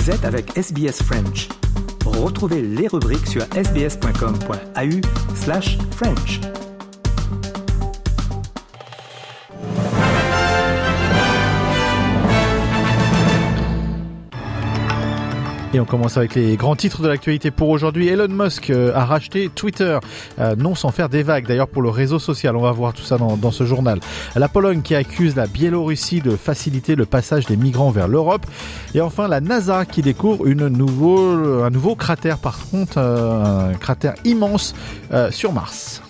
Vous êtes avec SBS French. Retrouvez les rubriques sur sbs.com.au/French. Et on commence avec les grands titres de l'actualité pour aujourd'hui. Elon Musk a racheté Twitter, non sans faire des vagues d'ailleurs pour le réseau social. On va voir tout ça dans ce journal. La Pologne qui accuse la Biélorussie de faciliter le passage des migrants vers l'Europe. Et enfin la NASA qui découvre un nouveau cratère, par contre un cratère immense sur Mars.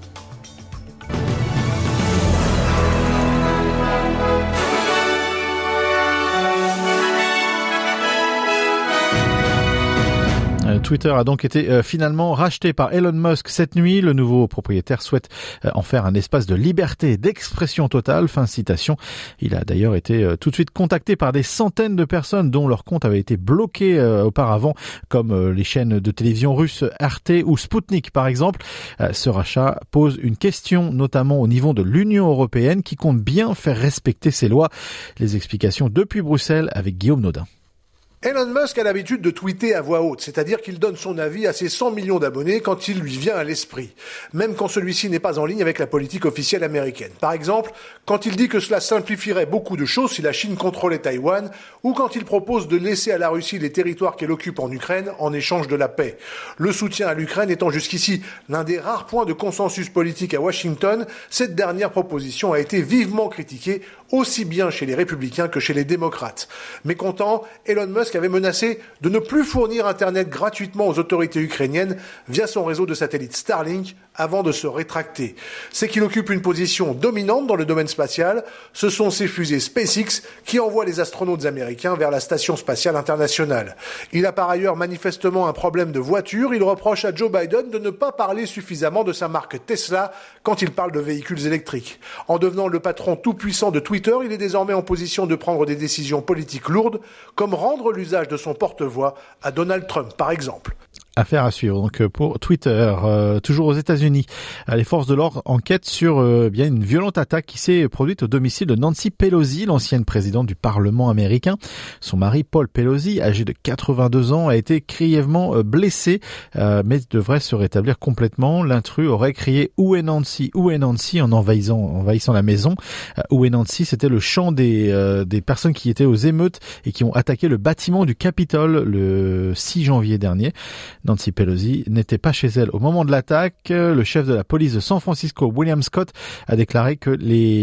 Twitter a donc été finalement racheté par Elon Musk cette nuit. Le nouveau propriétaire souhaite en faire un espace de liberté et d'expression totale. Fin de citation. Il a d'ailleurs été tout de suite contacté par des centaines de personnes dont leur compte avait été bloqué auparavant, comme les chaînes de télévision russes RT ou Sputnik par exemple. Ce rachat pose une question notamment au niveau de l'Union européenne qui compte bien faire respecter ses lois. Les explications depuis Bruxelles avec Guillaume Naudin. Elon Musk a l'habitude de tweeter à voix haute, c'est-à-dire qu'il donne son avis à ses 100 millions d'abonnés quand il lui vient à l'esprit, même quand celui-ci n'est pas en ligne avec la politique officielle américaine. Par exemple, quand il dit que cela simplifierait beaucoup de choses si la Chine contrôlait Taïwan, ou quand il propose de laisser à la Russie les territoires qu'elle occupe en Ukraine en échange de la paix. Le soutien à l'Ukraine étant jusqu'ici l'un des rares points de consensus politique à Washington, cette dernière proposition a été vivement critiquée, aussi bien chez les républicains que chez les démocrates. Mécontent, Elon Musk avait menacé de ne plus fournir Internet gratuitement aux autorités ukrainiennes via son réseau de satellites Starlink avant de se rétracter. C'est qu'il occupe une position dominante dans le domaine spatial. Ce sont ces fusées SpaceX qui envoient les astronautes américains vers la station spatiale internationale. Il a par ailleurs manifestement un problème de voiture. Il reproche à Joe Biden de ne pas parler suffisamment de sa marque Tesla quand il parle de véhicules électriques. En devenant le patron tout-puissant de Twitter, il est désormais en position de prendre des décisions politiques lourdes, comme rendre l'usage de son porte-voix à Donald Trump, par exemple. Affaire à suivre. Donc pour Twitter, toujours aux États-Unis, les forces de l'ordre enquêtent sur bien une violente attaque qui s'est produite au domicile de Nancy Pelosi, l'ancienne présidente du Parlement américain. Son mari Paul Pelosi, âgé de 82 ans, a été grièvement blessé, mais devrait se rétablir complètement. L'intrus aurait crié « Où est Nancy ? Où est Nancy ?» en envahissant la maison. Où est Nancy ? C'était le chant des personnes qui étaient aux émeutes et qui ont attaqué le bâtiment du Capitole le 6 janvier dernier. Nancy Pelosi n'était pas chez elle au moment de l'attaque. Le chef de la police de San Francisco, William Scott, a déclaré que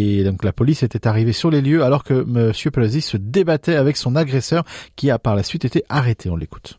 la police était arrivée sur les lieux alors que M. Pelosi se débattait avec son agresseur qui a par la suite été arrêté. On l'écoute.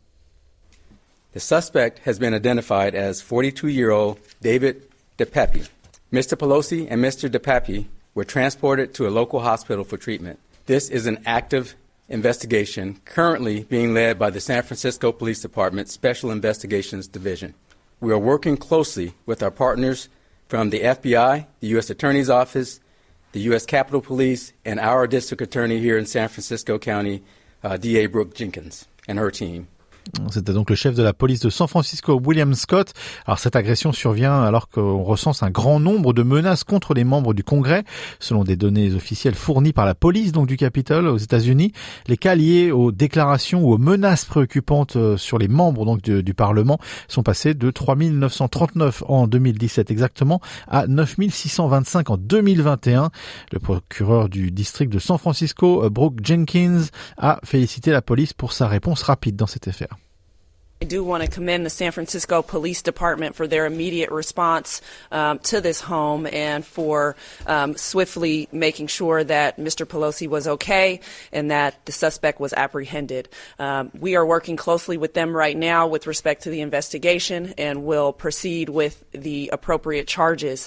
The suspect has been identified as 42-year-old David DePape. Mr. Pelosi and Mr. DePape were transported to a local hospital for treatment. This is an active investigation currently being led by the San Francisco Police Department Special Investigations Division. We are working closely with our partners from the FBI, the U.S. Attorney's Office, the U.S. Capitol Police, and our district attorney here in San Francisco County, D.A. Brooke Jenkins, and her team. C'était donc le chef de la police de San Francisco, William Scott. Alors cette agression survient alors qu'on recense un grand nombre de menaces contre les membres du Congrès, selon des données officielles fournies par la police donc du Capitole aux États-Unis. Les cas liés aux déclarations ou aux menaces préoccupantes sur les membres donc du Parlement sont passés de 3 939 en 2017 exactement à 9 625 en 2021. Le procureur du district de San Francisco, Brooke Jenkins, a félicité la police pour sa réponse rapide dans cette affaire. I do want to commend the San Francisco Police Department for their immediate response to this home and for swiftly making sure that Mr. Pelosi was okay and that the suspect was apprehended. We are working closely with them right now with respect to the investigation and will proceed with the appropriate charges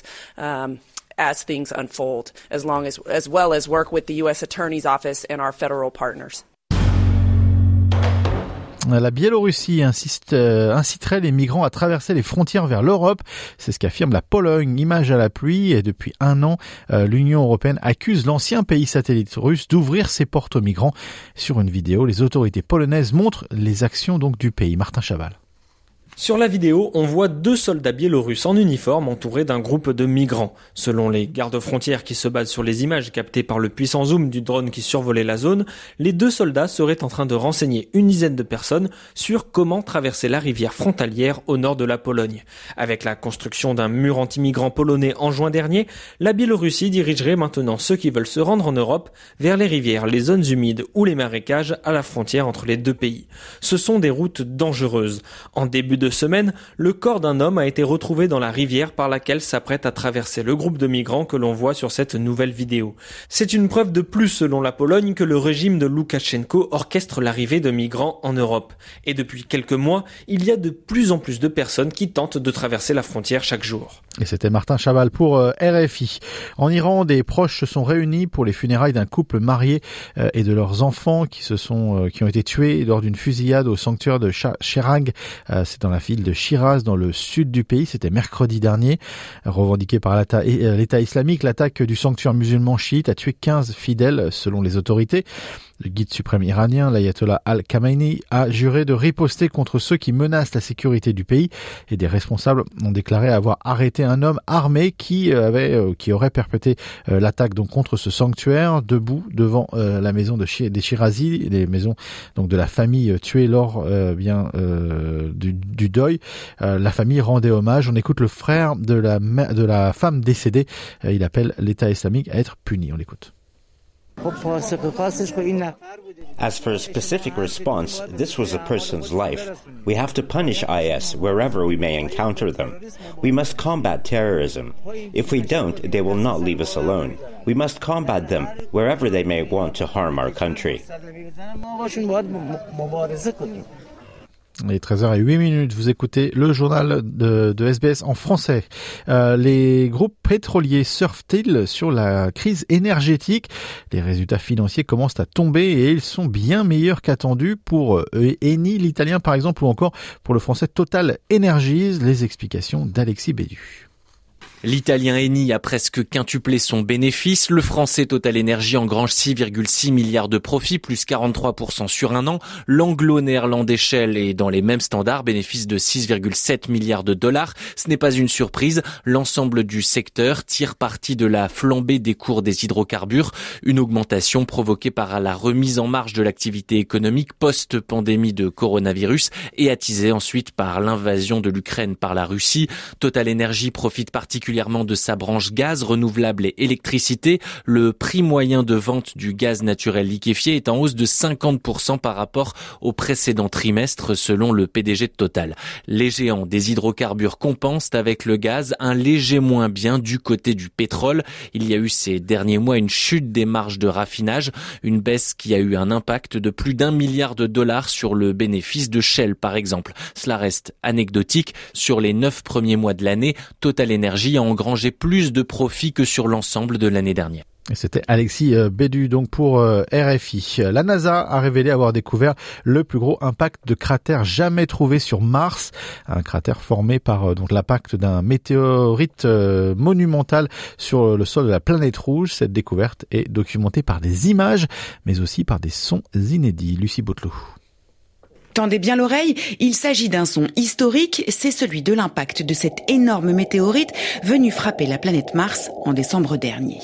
as things unfold, as well as work with the U.S. Attorney's Office and our federal partners. La Biélorussie inciterait les migrants à traverser les frontières vers l'Europe. C'est ce qu'affirme la Pologne. Image à la pluie. Et depuis un an, l'Union européenne accuse l'ancien pays satellite russe d'ouvrir ses portes aux migrants. Sur une vidéo, les autorités polonaises montrent les actions donc du pays. Martin Chaval. Sur la vidéo, on voit 2 soldats biélorusses en uniforme entourés d'un groupe de migrants. Selon les gardes-frontières qui se basent sur les images captées par le puissant zoom du drone qui survolait la zone, les 2 soldats seraient en train de renseigner une dizaine de personnes sur comment traverser la rivière frontalière au nord de la Pologne. Avec la construction d'un mur anti-migrants polonais en juin dernier, la Biélorussie dirigerait maintenant ceux qui veulent se rendre en Europe vers les rivières, les zones humides ou les marécages à la frontière entre les 2 pays. Ce sont des routes dangereuses. En début de semaine, le corps d'un homme a été retrouvé dans la rivière par laquelle s'apprête à traverser le groupe de migrants que l'on voit sur cette nouvelle vidéo. C'est une preuve de plus selon la Pologne que le régime de Loukachenko orchestre l'arrivée de migrants en Europe. Et depuis quelques mois, il y a de plus en plus de personnes qui tentent de traverser la frontière chaque jour. Et c'était Martin Chaval pour RFI. En Iran, des proches se sont réunis pour les funérailles d'un couple marié et de leurs enfants qui ont été tués lors d'une fusillade au sanctuaire de Sherag. C'est dans la ville de Shiraz, dans le sud du pays. C'était mercredi dernier. Revendiqué par l'État islamique, l'attaque du sanctuaire musulman chiite a tué 15 fidèles selon les autorités. Le guide suprême iranien, l'ayatollah Al-Khamenei, a juré de riposter contre ceux qui menacent la sécurité du pays et des responsables ont déclaré avoir arrêté un homme armé qui aurait perpétré l'attaque donc contre ce sanctuaire debout devant la maison des Shirazi, les maisons donc de la famille tuée lors du deuil. La famille rendait hommage. On écoute le frère de la femme décédée. Il appelle l'État islamique à être puni. On l'écoute. As for a specific response, this was a person's life. We have to punish IS wherever we may encounter them. We must combat terrorism. If we don't, they will not leave us alone. We must combat them wherever they may want to harm our country. Il est 13h08, vous écoutez le journal de SBS en français. Les groupes pétroliers surfent-ils sur la crise énergétique? Les résultats financiers commencent à tomber et ils sont bien meilleurs qu'attendus pour Eni, l'italien par exemple, ou encore pour le français Total Energies. Les explications d'Alexis Bédu. L'italien Eni a presque quintuplé son bénéfice. Le français Total Energy engrange 6,6 milliards de profits, plus 43% sur un an. L'anglo-néerlandais Shell est dans les mêmes standards, bénéfice de 6,7 milliards de dollars. Ce n'est pas une surprise. L'ensemble du secteur tire parti de la flambée des cours des hydrocarbures. Une augmentation provoquée par la remise en marche de l'activité économique post-pandémie de coronavirus et attisée ensuite par l'invasion de l'Ukraine par la Russie. Total Energy profite particulièrement de sa branche gaz, renouvelable et électricité. Le prix moyen de vente du gaz naturel liquéfié est en hausse de 50% par rapport au précédent trimestre, selon le PDG de Total. Les géants des hydrocarbures compensent avec le gaz un léger moins bien du côté du pétrole. Il y a eu ces derniers mois une chute des marges de raffinage, une baisse qui a eu un impact de plus d'1 milliard de dollars sur le bénéfice de Shell, par exemple. Cela reste anecdotique. Sur les 9 premiers mois de l'année, Total Energy a engrangé plus de profits que sur l'ensemble de l'année dernière. Et c'était Alexis Bédu donc pour RFI. La NASA a révélé avoir découvert le plus gros impact de cratère jamais trouvé sur Mars, un cratère formé par donc l'impact d'un météorite monumental sur le sol de la planète rouge. Cette découverte est documentée par des images mais aussi par des sons inédits. Lucie Bouteloup. Tendez bien l'oreille, il s'agit d'un son historique, c'est celui de l'impact de cet énorme météorite venu frapper la planète Mars en décembre dernier.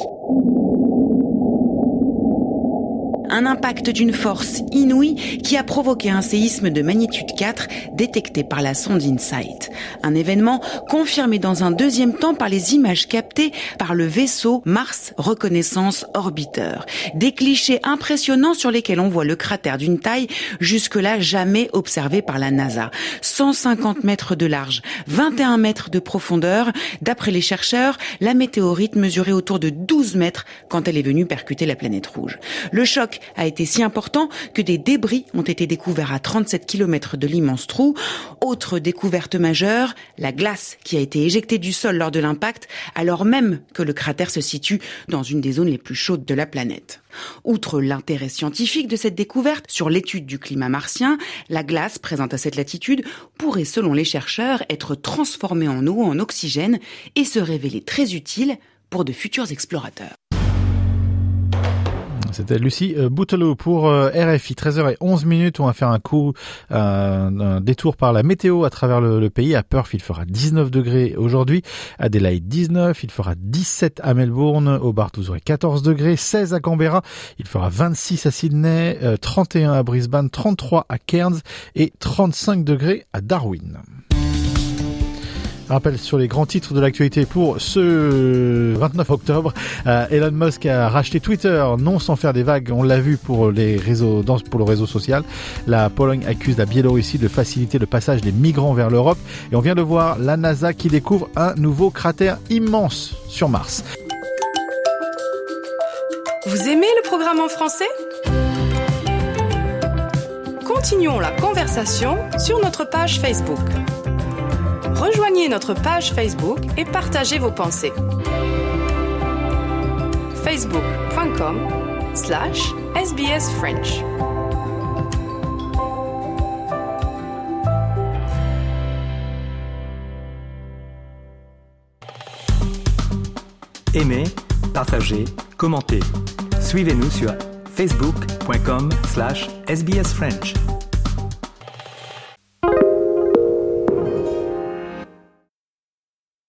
Un impact d'une force inouïe qui a provoqué un séisme de magnitude 4 détecté par la sonde InSight. Un événement confirmé dans un deuxième temps par les images captées par le vaisseau Mars Reconnaissance Orbiter. Des clichés impressionnants sur lesquels on voit le cratère d'une taille jusque-là jamais observée par la NASA. 150 mètres de large, 21 mètres de profondeur. D'après les chercheurs, la météorite mesurait autour de 12 mètres quand elle est venue percuter la planète rouge. Le choc a été si important que des débris ont été découverts à 37 km de l'immense trou. Autre découverte majeure, la glace qui a été éjectée du sol lors de l'impact, alors même que le cratère se situe dans une des zones les plus chaudes de la planète. Outre l'intérêt scientifique de cette découverte sur l'étude du climat martien, la glace présente à cette latitude pourrait, selon les chercheurs, être transformée en eau, en oxygène et se révéler très utile pour de futurs explorateurs. C'était Lucie Bouteloup pour RFI. 13h11. On va faire un détour par la météo à travers le pays. À Perth, il fera 19 degrés aujourd'hui. Adelaide, 19. Il fera 17 à Melbourne. Hobart, vous aurez 14 degrés. 16 à Canberra. Il fera 26 à Sydney. 31 à Brisbane. 33 à Cairns. Et 35 degrés à Darwin. Rappel sur les grands titres de l'actualité pour ce 29 octobre. Elon Musk a racheté Twitter, non sans faire des vagues. On l'a vu pour pour le réseau social. La Pologne accuse la Biélorussie de faciliter le passage des migrants vers l'Europe. Et on vient de voir la NASA qui découvre un nouveau cratère immense sur Mars. Vous aimez le programme en français ? Continuons la conversation sur notre page Facebook. Rejoignez notre page Facebook et partagez vos pensées. facebook.com/SBS French. Aimez, partagez, commentez. Suivez-nous sur facebook.com/SBS French.